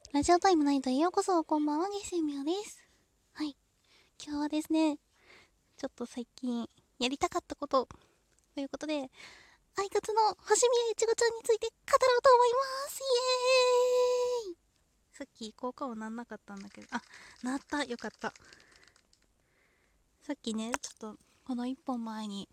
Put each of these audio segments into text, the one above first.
ラジオタイムナイトへようこそ。こんばんは、ゲシミヤです。はい。今日はですね、ちょっと最近やりたかったことということで、アイカツの星宮いちごちゃんについて語ろうと思います。イエーイ。さっき効果音なんなかったんだけど、なった。よかった。さっきね、ちょっとこの一本前に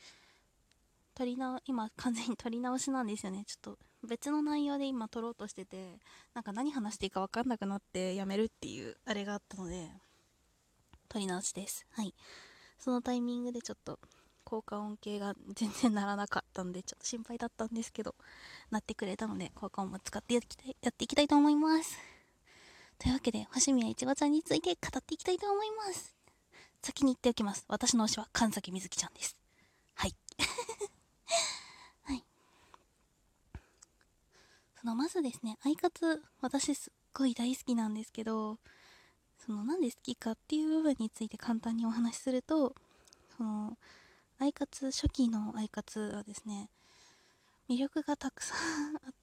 今完全に撮り直しなんですよね。ちょっと別の内容で今撮ろうとしてて、なんか何話していいか分かんなくなってやめるっていうあれがあったので、撮り直しです。はい。そのタイミングでちょっと効果音系が全然ならなかったんで、ちょっと心配だったんですけど、なってくれたので、効果音も使ってやっていきたいと思います。というわけで、星宮いちごちゃんについて語っていきたいと思います。先に言っておきます。私の推しは神崎みずきちゃんです。はい。はい。まずですね、アイカツ、私すっごい大好きなんですけど、なんで好きかっていう部分について簡単にお話しすると、その、アイカツ、初期のアイカツはですね、魅力がたくさんあって、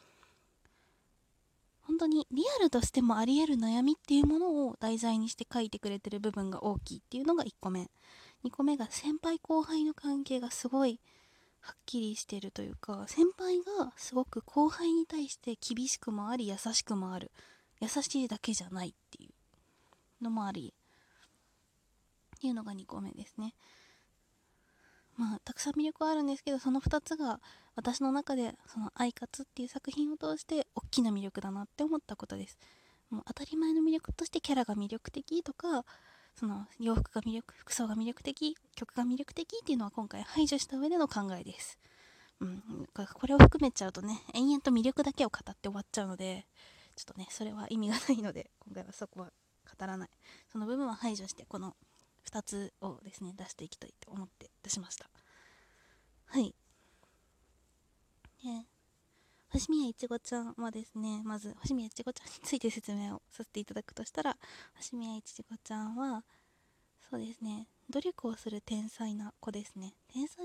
本当にリアルとしてもあり得る悩みっていうものを題材にして書いてくれてる部分が大きいっていうのが1個目。2個目が先輩後輩の関係がすごいはっきりしてるというか、先輩がすごく後輩に対して厳しくもあり優しくもある。優しいだけじゃないっていうのもありっていうのが2個目ですね。まあたくさん魅力はあるんですけど、その2つが私の中でその「アイカツ」っていう作品を通して大きな魅力だなって思ったことです。もう当たり前の魅力としてキャラが魅力的とか、洋服が魅力、服装が魅力的、曲が魅力的っていうのは今回排除した上での考えです。これを含めちゃうとね、延々と魅力だけを語って終わっちゃうので、ちょっとね、それは意味がないので、今回はそこは語らない。その部分は排除して、この2つをですね、出していきたいと思って出しました。はい。で、星宮いちごちゃんはですね、まず星宮いちごちゃんについて説明をさせていただくとしたら、星宮いちごちゃんは、そうですね、努力をする天才な子ですね。天才、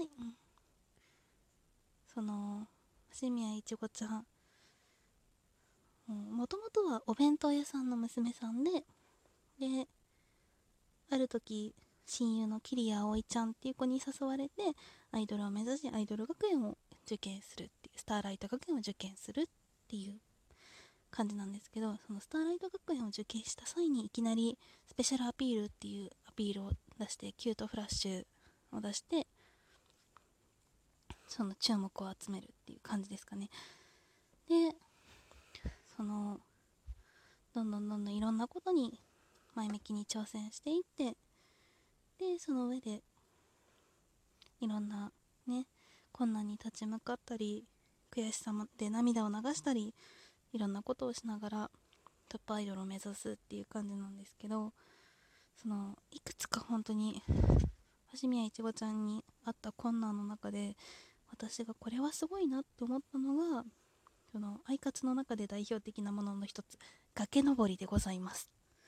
星宮いちごちゃん、もともとはお弁当屋さんの娘さんで、ある時、親友の桐谷葵ちゃんっていう子に誘われて、アイドルを目指し、アイドル学園を受験するっていう、スターライト学園を受験するっていう感じなんですけど、そのスターライト学園を受験した際にいきなりスペシャルアピールっていうアピールを出して、キュートフラッシュを出して、その注目を集めるっていう感じですかね。で、そのどんどんいろんなことに前向きに挑戦していって、でその上でいろんなね、困難に立ち向かったり、悔しさで涙を流したり、いろんなことをしながらトップアイドルを目指すっていう感じなんですけど、いくつか本当に橋宮いちごちゃんにあった困難の中で、私がこれはすごいなって思ったのが、アイカツの中で代表的なものの一つ、崖登りでございます。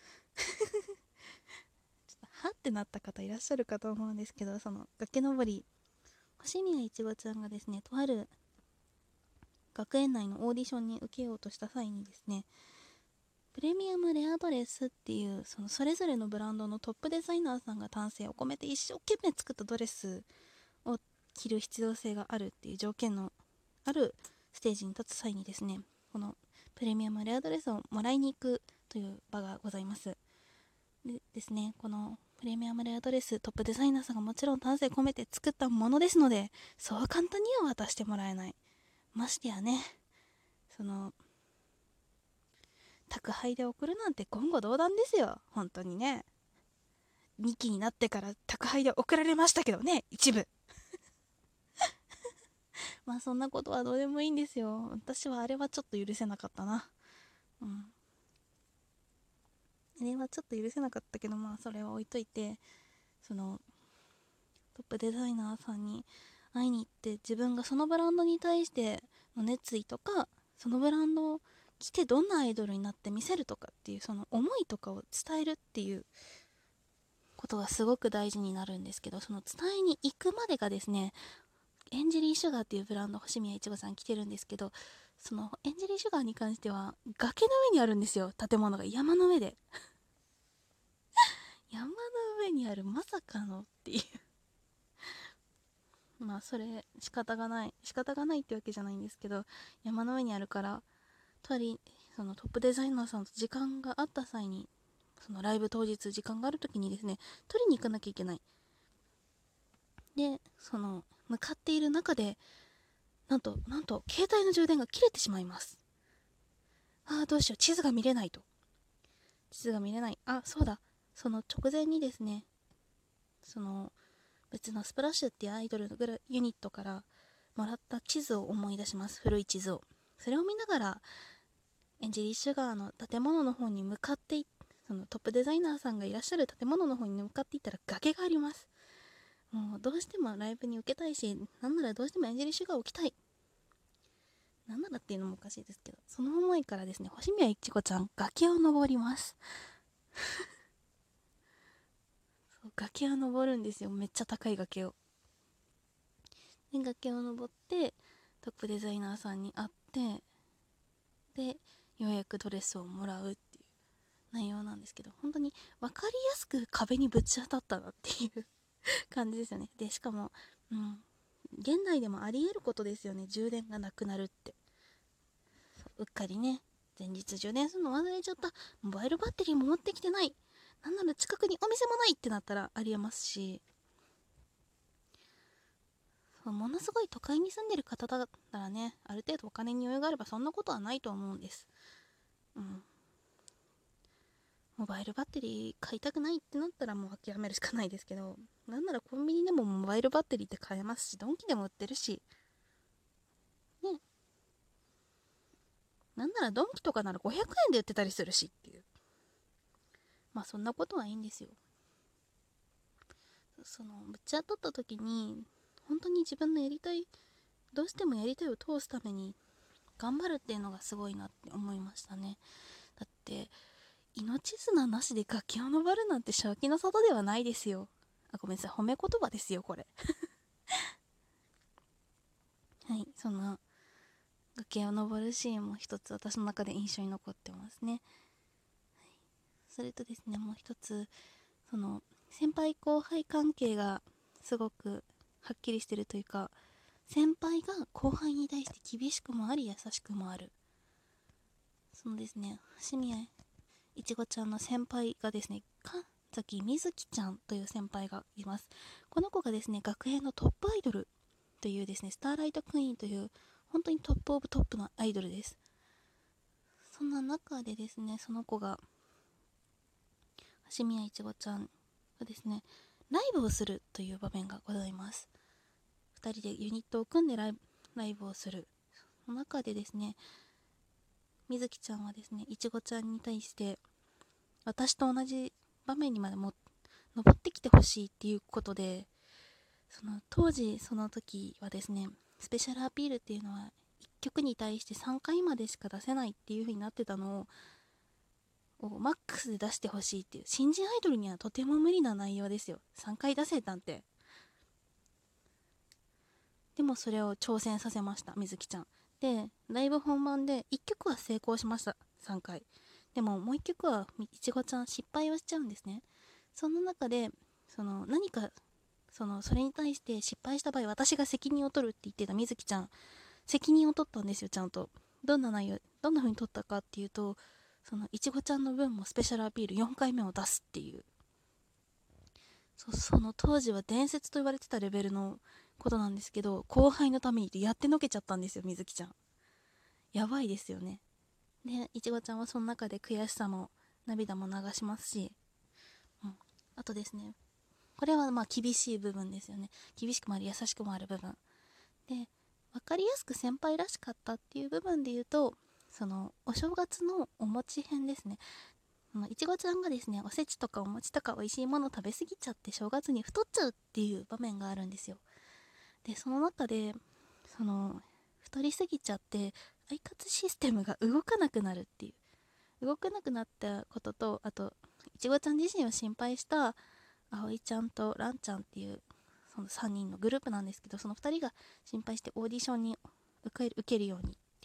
ちょっとはってなった方いらっしゃるかと思うんですけど、その崖登り、星宮いちごちゃんがですね、とある学園内のオーディションに受けようとした際にですね、プレミアムレアドレスっていうそれぞれのブランドのトップデザイナーさんが丹精を込めて一生懸命作ったドレスを着る必要性があるっていう条件のあるステージに立つ際にですね、このプレミアムレアドレスをもらいに行くという場がございます。でですね、このプレミアムレアドレス、トップデザイナーさんがもちろん丹精込めて作ったものですので、そう簡単には渡してもらえない。ましてやね、その宅配で送るなんて言語道断ですよ、本当にね。2期になってから宅配で送られましたけどね、一部。まあそんなことはどうでもいいんですよ。私はあれはちょっと許せなかったな。うん。あれはちょっと許せなかったけど、まあそれは置いといて、そのトップデザイナーさんに会いに行って、自分がそのブランドに対しての熱意とか、そのブランドを着てどんなアイドルになって見せるとかっていうその思いとかを伝えるっていうことがすごく大事になるんですけど、その伝えに行くまでがですね、エンジェリーシュガーっていうブランド星宮いちごさん着てるんですけど、 そのエンジェリーシュガーに関しては崖の上にあるんですよ。建物が山の上で山の上にある、まさかのっていうまあそれ仕方がないってわけじゃないんですけど、山の上にあるから、そのトップデザイナーさんと時間があった際に、そのライブ当日時間がある時にですね、取りに行かなきゃいけない。で、その向かっている中で、なんと携帯の充電が切れてしまいます。ああ、どうしよう、地図が見れない。あ、そうだ、その直前にですね、その別のスプラッシュっていうアイドルのユニットからもらった地図を思い出します。古い地図を。それを見ながらエンジェリーシュガーの建物の方に向かってそのトップデザイナーさんがいらっしゃる建物の方に向かっていったら崖があります。もうどうしてもライブに受けたいし、なんならどうしてもエンジェリーシュガーを着たい。なんならっていうのもおかしいですけど、その思いからですね、星宮いちごちゃん崖を登ります。そう、崖を登るんですよ。めっちゃ高い崖を。で、崖を登ってトップデザイナーさんに会って、でようやくドレスをもらうっていう内容なんですけど、本当に分かりやすく壁にぶち当たったなっていう感じですよね。でしかも、現代でもあり得ることですよね。充電がなくなるって。うっかりね、前日充電するの忘れちゃった、モバイルバッテリーも持ってきてない、なんなら近くにお店もないってなったらありえますし、ものすごい都会に住んでる方だったらね、ある程度お金に余裕があればそんなことはないと思うんです。モバイルバッテリー買いたくないってなったらもう諦めるしかないですけど、なんならコンビニでもモバイルバッテリーって買えますし、ドンキでも売ってるしね、なんならドンキとかなら500円で売ってたりするしっていう、まあそんなことはいいんですよ。そのぶち当たった時に本当に自分のどうしてもやりたいを通すために頑張るっていうのがすごいなって思いましたね。だって命綱なしで崖を登るなんて正気の沙汰ではないですよ。あ、ごめんなさい、褒め言葉ですよこれ。はい、そんな崖を登るシーンも一つ私の中で印象に残ってますね。それとですね、もう一つ、その先輩後輩関係がすごくはっきりしてるというか、先輩が後輩に対して厳しくもあり優しくもある。そのですね、橋宮いちごちゃんの先輩がですね、神崎みずきちゃんという先輩がいます。この子がですね、学園のトップアイドルというですね、スターライトクイーンという本当にトップオブトップのアイドルです。そんな中でですね、その子が、橋宮いちごちゃんがですね、ライブをするという場面がございます。2人でユニットを組んでライブをする。その中でですね、みずきちゃんはですね、いちごちゃんに対して、私と同じ場面にまで登ってきてほしいっていうことで、当時その時はですね、スペシャルアピールっていうのは1曲に対して3回までしか出せないっていう風になってたのをマックスで出してほしいっていう、新人アイドルにはとても無理な内容ですよ。3回出せたんて。でもそれを挑戦させました、みずきちゃん。で、ライブ本番で1曲は成功しました、3回。でももう1曲はいちごちゃん失敗をしちゃうんですね。その中で、何か、それに対して失敗した場合私が責任を取るって言ってたみずきちゃん、責任を取ったんですよ、ちゃんと。どんな内容、どんな風に取ったかっていうと、いちごちゃんの分もスペシャルアピール4回目を出すっていう、その当時は伝説と言われてたレベルのことなんですけど、後輩のためにってやってのけちゃったんですよ、みずきちゃん。やばいですよね。で、いちごちゃんはその中で悔しさも涙も流しますし、あとですね、これはまあ厳しい部分ですよね。厳しくもあり優しくもある部分で、分かりやすく先輩らしかったっていう部分で言うと、お正月のお餅編ですね。いちごちゃんがですね、おせちとかお餅とか美味しいものを食べ過ぎちゃって正月に太っちゃうっていう場面があるんですよ。で、その中で太りすぎちゃってアイカツシステムが動かなくなるっていう、動かなくなったことと、あといちごちゃん自身を心配した葵ちゃんとランちゃんっていうその3人のグループなんですけど、その2人が心配してオーディションに受けるようにって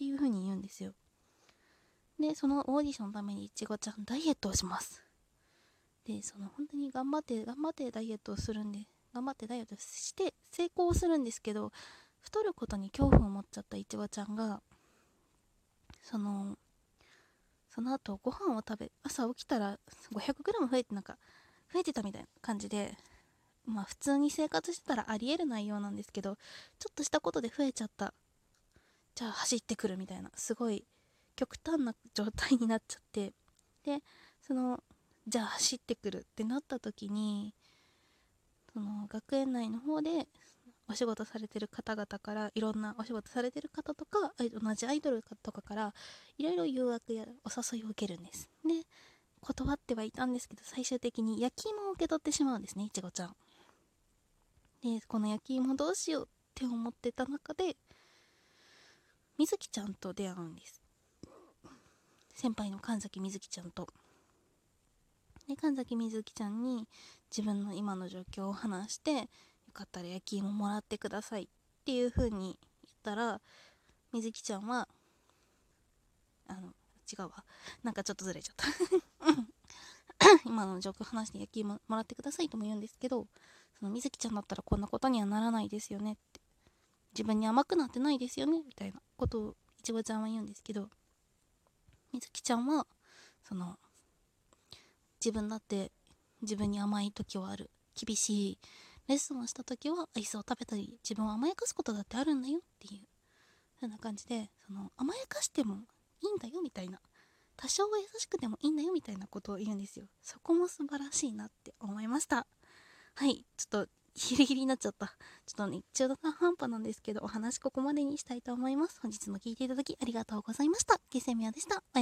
っていう風に言うんですよ。でそのオーディションのためにいちごちゃんダイエットをします。でその本当に頑張ってダイエットをするんで、頑張ってダイエットして成功するんですけど、太ることに恐怖を持っちゃったいちごちゃんが、その後ご飯を食べ、朝起きたら 500g 増えてたみたいな感じで、まあ普通に生活してたらありえる内容なんですけど、ちょっとしたことで増えちゃった、じゃあ走ってくるみたいな、すごい極端な状態になっちゃって、でじゃあ走ってくるってなった時に、その学園内の方でお仕事されてる方々から、いろんなお仕事されてる方とか同じアイドルとかからいろいろ誘惑やお誘いを受けるんです。で断ってはいたんですけど、最終的に焼き芋を受け取ってしまうんですね、いちごちゃんで。この焼き芋どうしようって思ってた中で、みずきちゃんと出会うんです。先輩の神崎みずきちゃんと。で神崎みずきちゃんに自分の今の状況を話して、よかったら焼き芋もらってくださいっていう風に言ったら、みずきちゃんは違うわ、なんかちょっとずれちゃった今の状況を話して焼き芋もらってくださいとも言うんですけど、そのみずきちゃんだったらこんなことにはならないですよねって、自分に甘くなってないですよねみたいなことをいちごちゃんは言うんですけど、みずきちゃんは自分だって自分に甘い時はある、厳しいレッスンをした時はアイスを食べたり自分を甘やかすことだってあるんだよっていう、そんな感じで、甘やかしてもいいんだよみたいな、多少は優しくてもいいんだよみたいなことを言うんですよ。そこも素晴らしいなって思いました。はい、ちょっとギリギリになっちゃった。ちょっとね、中途半端なんですけど、お話ここまでにしたいと思います。本日も聞いていただきありがとうございました。ゲセミヤでした。